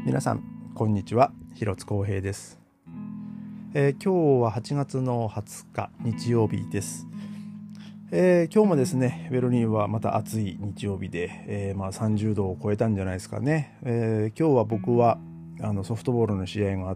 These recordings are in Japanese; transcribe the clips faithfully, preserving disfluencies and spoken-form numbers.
皆さんこんにちは、広津光平です。えー、今日ははちがつのはつか日曜日です。えー、今日もですね、ベルリンはまた暑い日曜日で、えーまあ、さんじゅうどを超えたんじゃないですかね。えー、今日は僕はあのソフトボールの試合があって、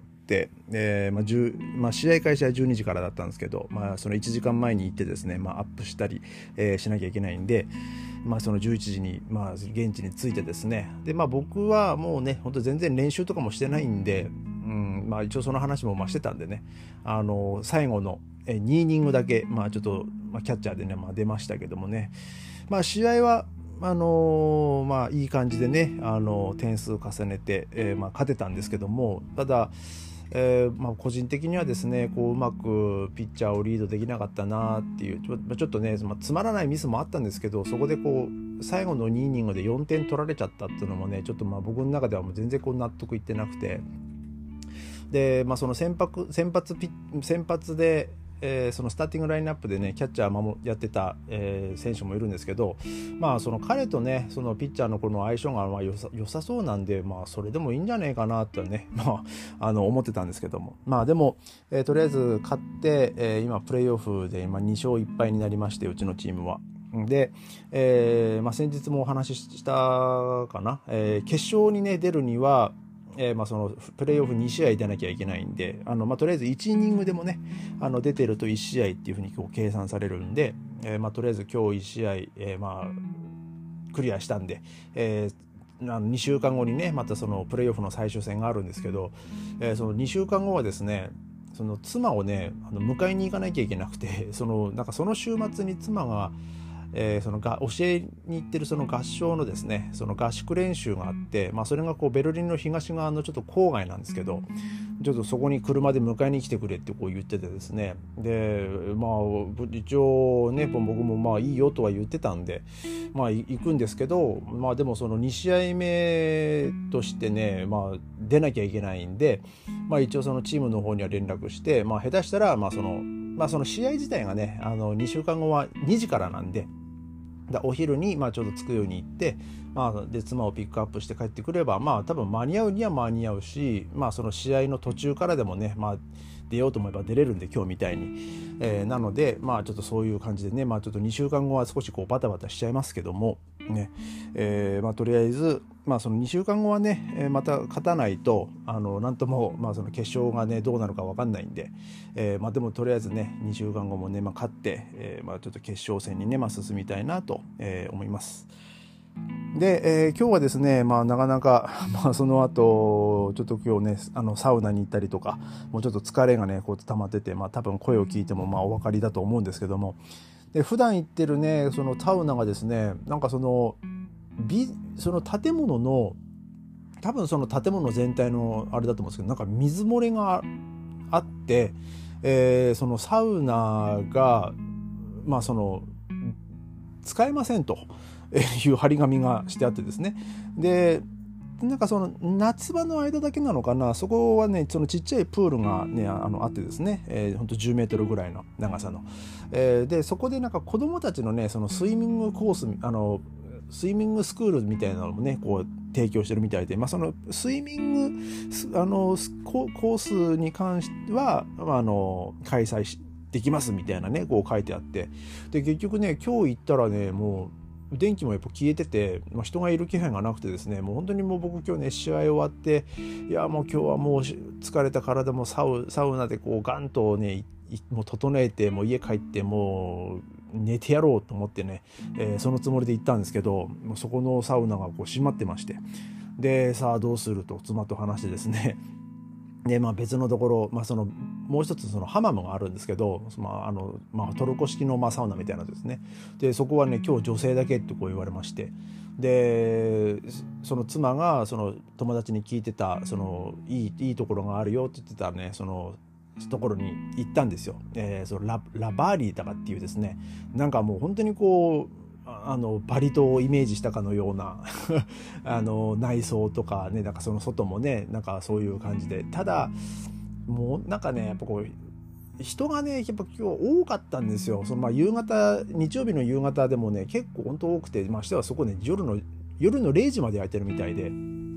えーまあじゅうまあ、試合開始はじゅうにじからだったんですけど、まあ、そのいちじかんまえに行ってですね、まあ、アップしたり、えー、しなきゃいけないんで、まあ、そのじゅういちじに、まあ、現地に着いてですね、で、まあ、僕はもうね本当全然練習とかもしてないんで、うんまあ、一応その話もまあしてたんでね、あの最後のにイニングだけ、まあ、ちょっと、まあ、キャッチャーでね、まあ、出ましたけどもね、まあ、試合はあのー、まあいい感じでね、あのー、点数重ねて、えーまあ、勝てたんですけども、ただ、えーまあ、個人的にはですね、こううまくピッチャーをリードできなかったなっていう、ちょ、ちょっとね、まあ、つまらないミスもあったんですけど、そこでこう最後のにイニングでよんてん取られちゃったっていうのもね、ちょっとまあ僕の中ではもう全然こう納得いってなくて、で、まあ、その先発先発ピ先発で、えー、そのスターティングラインナップでねキャッチャー守やってた、えー、選手もいるんですけど、まあその彼とねそのピッチャーのこの相性がまあ良さ、良さそうなんで、まあそれでもいいんじゃないかなとね、まあ、あの思ってたんですけども、まあでも、えー、とりあえず勝って、えー、今プレーオフで今にしょういっぱいになりまして、うちのチームは。で、えーまあ、先日もお話ししたかな、えー、決勝にね出るにはえーまあ、そのプレーオフに試合出なきゃいけないんで、あの、まあ、とりあえずいちイニングでもねあの出てるといち試合っていうふうにこう計算されるんで、えーまあ、とりあえず今日いち試合、えーまあ、クリアしたんで、えー、あのにしゅうかんごにねまたそのプレーオフの最終戦があるんですけど、えー、そのにしゅうかんごはですね、その妻をねあの迎えに行かなきゃいけなくて、そのなんかその週末に妻がえー、そのが教えに行ってるその合唱のですねその合宿練習があって、まあ、それがこうベルリンの東側のちょっと郊外なんですけど、ちょっとそこに車で迎えに来てくれってこう言っててですね、でまあ一応ね僕もまあいいよとは言ってたんで、まあ行くんですけど、まあでもそのに試合目としてね、まあ出なきゃいけないんで、まあ一応そのチームの方には連絡して、まあ下手したらまあそのまあその試合自体がねあのにしゅうかんごはにじからなんで、お昼にまあちょうど着くように行って、まあ、で妻をピックアップして帰ってくればまあ多分間に合うには間に合うし、まあその試合の途中からでもね、まあ、出ようと思えば出れるんで今日みたいに、えー、なのでまあちょっとそういう感じでね、まあちょっとにしゅうかんごは少しこうバタバタしちゃいますけどもね、えー、まあとりあえずまあそのにしゅうかんごはね、えー、また勝たないとあのなんともまあその決勝がねどうなるか分かんないんで、えー、まあでもとりあえずねにしゅうかんごもね、まあ、勝って、えー、まあちょっと決勝戦にね、まあ、進みたいなと、えー、思います。で、えー、今日はですね、まあ、なかなか、まあ、その後ちょっと今日ねあのサウナに行ったりとか、もうちょっと疲れがねこう溜まってて、まあ、多分声を聞いてもまあお分かりだと思うんですけども、で普段行ってるねそのサウナがですね、なんかそのビその建物の多分その建物全体のあれだと思うんですけど、なんか水漏れがあって、えー、そのサウナがまあその使えませんという張り紙がしてあってですね、でなんかその夏場の間だけなのかな、そこはねそのちっちゃいプールがねあのあってですね、えー、ほんとじゅうメートルぐらいの長さの、えー、でそこでなんか子供たちのねそのスイミングコース、あのスイミングスクールみたいなのもねこう提供してるみたいで、まあ、そのスイミングあのコースに関しては、まあ、あの開催しできますみたいなねこう書いてあって、で結局ね今日行ったらねもう電気もやっぱ消えてて、まあ、人がいる気配がなくてですね、もう本当にもう僕今日ね試合終わって、いやもう今日はもう疲れた体もサウサウナでこうガンとねもう整えて、もう家帰ってもう寝てやろうと思ってね、えー、そのつもりで行ったんですけど、もうそこのサウナがこう閉まってまして、でさあどうすると妻と話してですね、でまあ、別のところ、まあ、そのもう一つそのハマムがあるんですけど、まああのまあ、トルコ式のまあサウナみたいなですね、でそこはね今日女性だけってこう言われまして、でその妻がその友達に聞いてたそのいい、いいところがあるよって言ってたねそのところに行ったんですよ。えー、その ラ, ラバーリーだかっていうですね、なんかもう本当にこうあのバリ島をイメージしたかのようなあの内装とかね、なんかその外もねなんかそういう感じで、ただもうなんかねやっぱこう人がねやっぱ今日多かったんですよ。そのまあ夕方日曜日の夕方でもね結構本当多くて、ましてはそこね夜の夜のれいじまでやってるみたいで、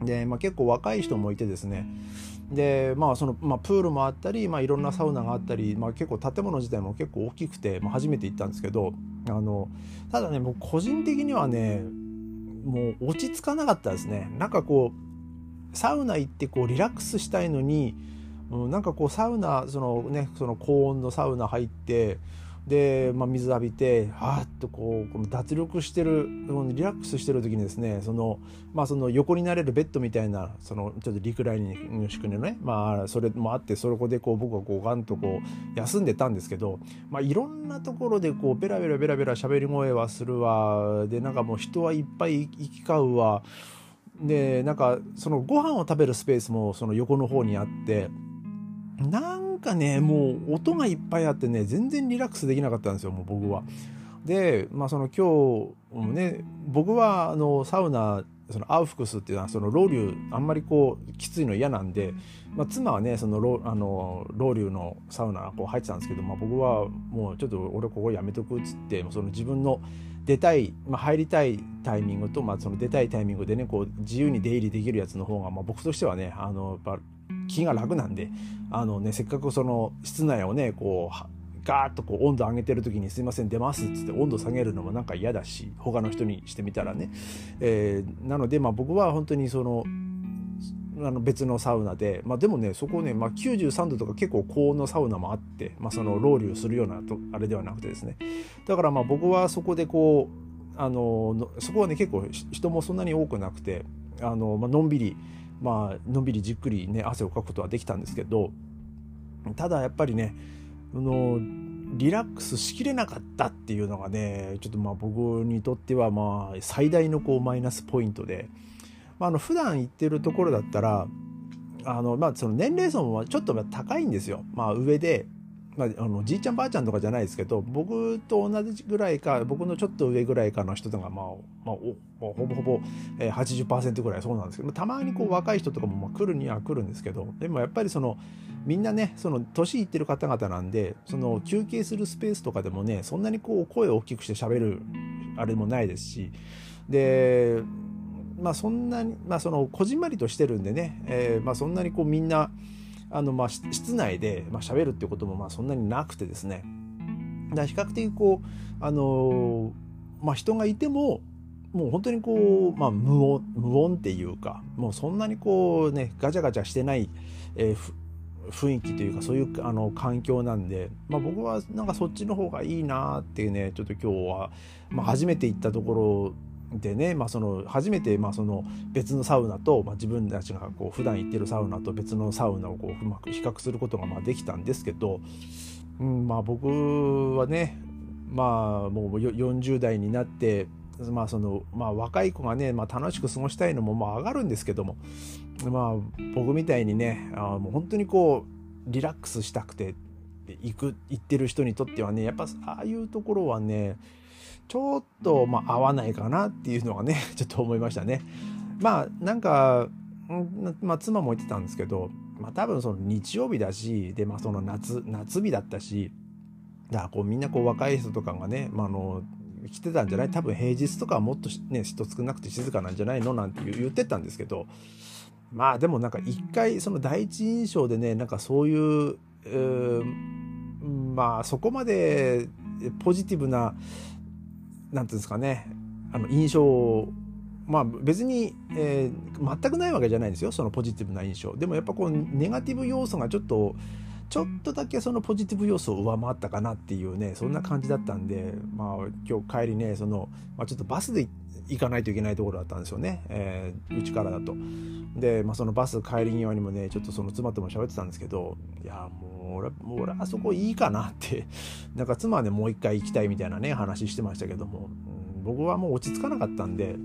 で、まあ、結構若い人もいてですね、で、まあそのまあ、プールもあったり、まあ、いろんなサウナがあったり、まあ、結構建物自体も結構大きくて、まあ、初めて行ったんですけど、あのただね、もう個人的にはね、もう落ち着かなかったですね。なんかこうサウナ行ってこうリラックスしたいのに、うん、なんかこうサウナそのねその高温のサウナ入ってで、まあ、水浴びてはーっとこうこの脱力してるリラックスしてる時にですね、そのまあその横になれるベッドみたいなそのちょっとリクライニング式のね、まあそれもあって、そこでこう僕はこうガンとこう休んでたんですけど、まあいろんなところでこうベラベラベラベラ喋り声はするわ、でなんかもう人はいっぱい行き交うわ、でなんかそのご飯を食べるスペースもその横の方にあって、なんかねもう音がいっぱいあってね、全然リラックスできなかったんですよ、もう僕は。で、まあその今日ね、僕はあのサウナそのアウフクスっていうのはそのロウリュあんまりこうきついの嫌なんで、まあ、妻はねそのロあのロウリュのサウナこう入ってたんですけど、まあ、僕はもうちょっと俺ここやめとくっつって、その自分の出たい、まあ、入りたいタイミングと、まあ、その出たいタイミングでねこう自由に出入りできるやつの方が、まあ、僕としてはねあのやっぱ気が楽なんで、あの、ね、せっかくその室内をねこうガーッとこう温度上げてる時にすいません出ますっつって温度下げるのもなんか嫌だし、他の人にしてみたらね、えー、なのでまあ僕は本当にそのあの別のサウナで、まあ、でもねそこね、まあ、きゅうじゅうさんどとか結構高温のサウナもあって、まあ、そのロウリュするようなとあれではなくてですね、だからまあ僕はそこでこうあのそこはね結構人もそんなに多くなくて、あの、まあのんびりまあのんびりじっくりね汗をかくことはできたんですけど、ただやっぱりねあのリラックスしきれなかったっていうのがねちょっとまあ僕にとってはまあ最大のこうマイナスポイントで、まあ、あの普段行ってるところだったらあの、まあ、その年齢層もちょっと高いんですよ。まあ、上で、まあ、あのじいちゃんばあちゃんとかじゃないですけど、僕と同じぐらいか僕のちょっと上ぐらいかの人とか、まあまあ、おほぼほぼ はちじゅっパーセント ぐらいそうなんですけど、たまにこう若い人とかもまあ来るには来るんですけど、でもやっぱりそのみんなねその年いってる方々なんで、その休憩するスペースとかでもねそんなにこう声を大きくして喋るあれもないですし、でまあそんなにまあそのこじんまりとしてるんでね、えー、まあそんなにこうみんなあのまあ室内でまあ喋るっていうこともまあそんなになくてですね、だから比較的こうあのー、まあ人がいてももう本当にこう、まあ、無音無音っていうか、もうそんなにこうねガチャガチャしてない、えー、雰囲気というかそういうあの環境なんで、まあ、僕はなんかそっちの方がいいなっていうね、ちょっと今日は、まあ、初めて行ったところでね、まあ、その初めてまあその別のサウナと、まあ、自分たちがこう普段行ってるサウナと別のサウナをこううまく比較することがまあできたんですけど、うん、まあ僕はねまあもうよんじゅう代になってまあそのまあ若い子がね、まあ、楽しく過ごしたいのもまあ上がるんですけども、まあ僕みたいにねあもう本当にこうリラックスしたくて行く行ってる人にとってはねやっぱああいうところはねちょっとまあ合わないかなっていうのがねちょっと思いましたね。まあなんか、まあ、妻も言ってたんですけど、まあ、多分その日曜日だしで、まあ、その夏夏日だったしだからこうみんなこう若い人とかがね、まあ、あの来てたんじゃない、多分平日とかはもっとね人少なくて静かなんじゃないのなんて言ってたんですけど、まあでもなんか一回その第一印象でねなんかそういう、えー、まあそこまでポジティブななんていうんですかねあの印象まあ別に、えー、全くないわけじゃないんですよ、そのポジティブな印象でもやっぱこうネガティブ要素がちょっとちょっとだけそのポジティブ要素を上回ったかなっていうねそんな感じだったんで、まあ今日帰りねその、まあ、ちょっとバスで行かないといけないところだったんですよね、えー、うちからだと。で、まあ、そのバス帰り際にもねちょっとその妻とも喋ってたんですけど、いやもう俺もう俺あそこいいかなってなんか妻はねもう一回行きたいみたいなね話してましたけども、うん、僕はもう落ち着かなかったんで、うん、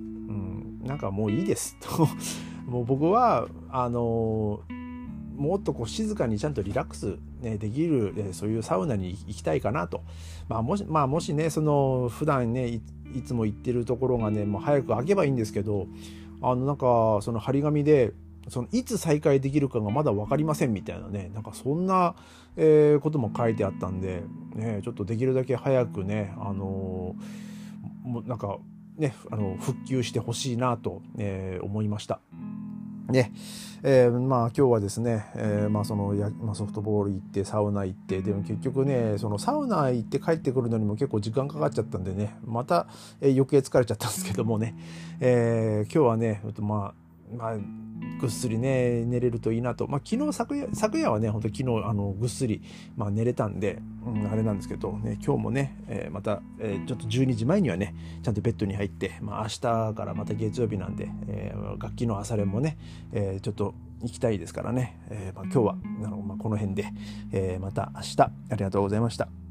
なんかもういいですともう僕はあのーもっとこう静かにちゃんとリラックス、ね、できる、えー、そういうサウナに行きたいかなと、まあもし、まあ、もしねその普段ね い, いつも行ってるところがねもう早く開けばいいんですけど、あのなんかその張り紙でそのいつ再開できるかがまだ分かりませんみたいなねなんかそんな、えー、ことも書いてあったんで、ね、ちょっとできるだけ早くねあのー、もうなんかねあの復旧してほしいなと、えー、思いました。 ねえー、まあ今日はですね、えーまあ、そのや、まあ、ソフトボール行ってサウナ行ってでも結局ねそのサウナ行って帰ってくるのにも結構時間かかっちゃったんでねまた、えー、余計疲れちゃったんですけどもね、えー、今日はねまあまあぐっすりね寝れるといいなと、まあ、昨日昨夜昨夜はね本当昨日あのぐっすり、まあ、寝れたんで、うん、あれなんですけど、ね、今日もね、えー、また、えー、ちょっとじゅうにじまえにはねちゃんとベッドに入って、まあ、明日からまた月曜日なんで、えー、楽器の朝練もね、えー、ちょっと行きたいですからね、えーまあ、今日はあの、まあ、この辺で、えー、また明日ありがとうございました。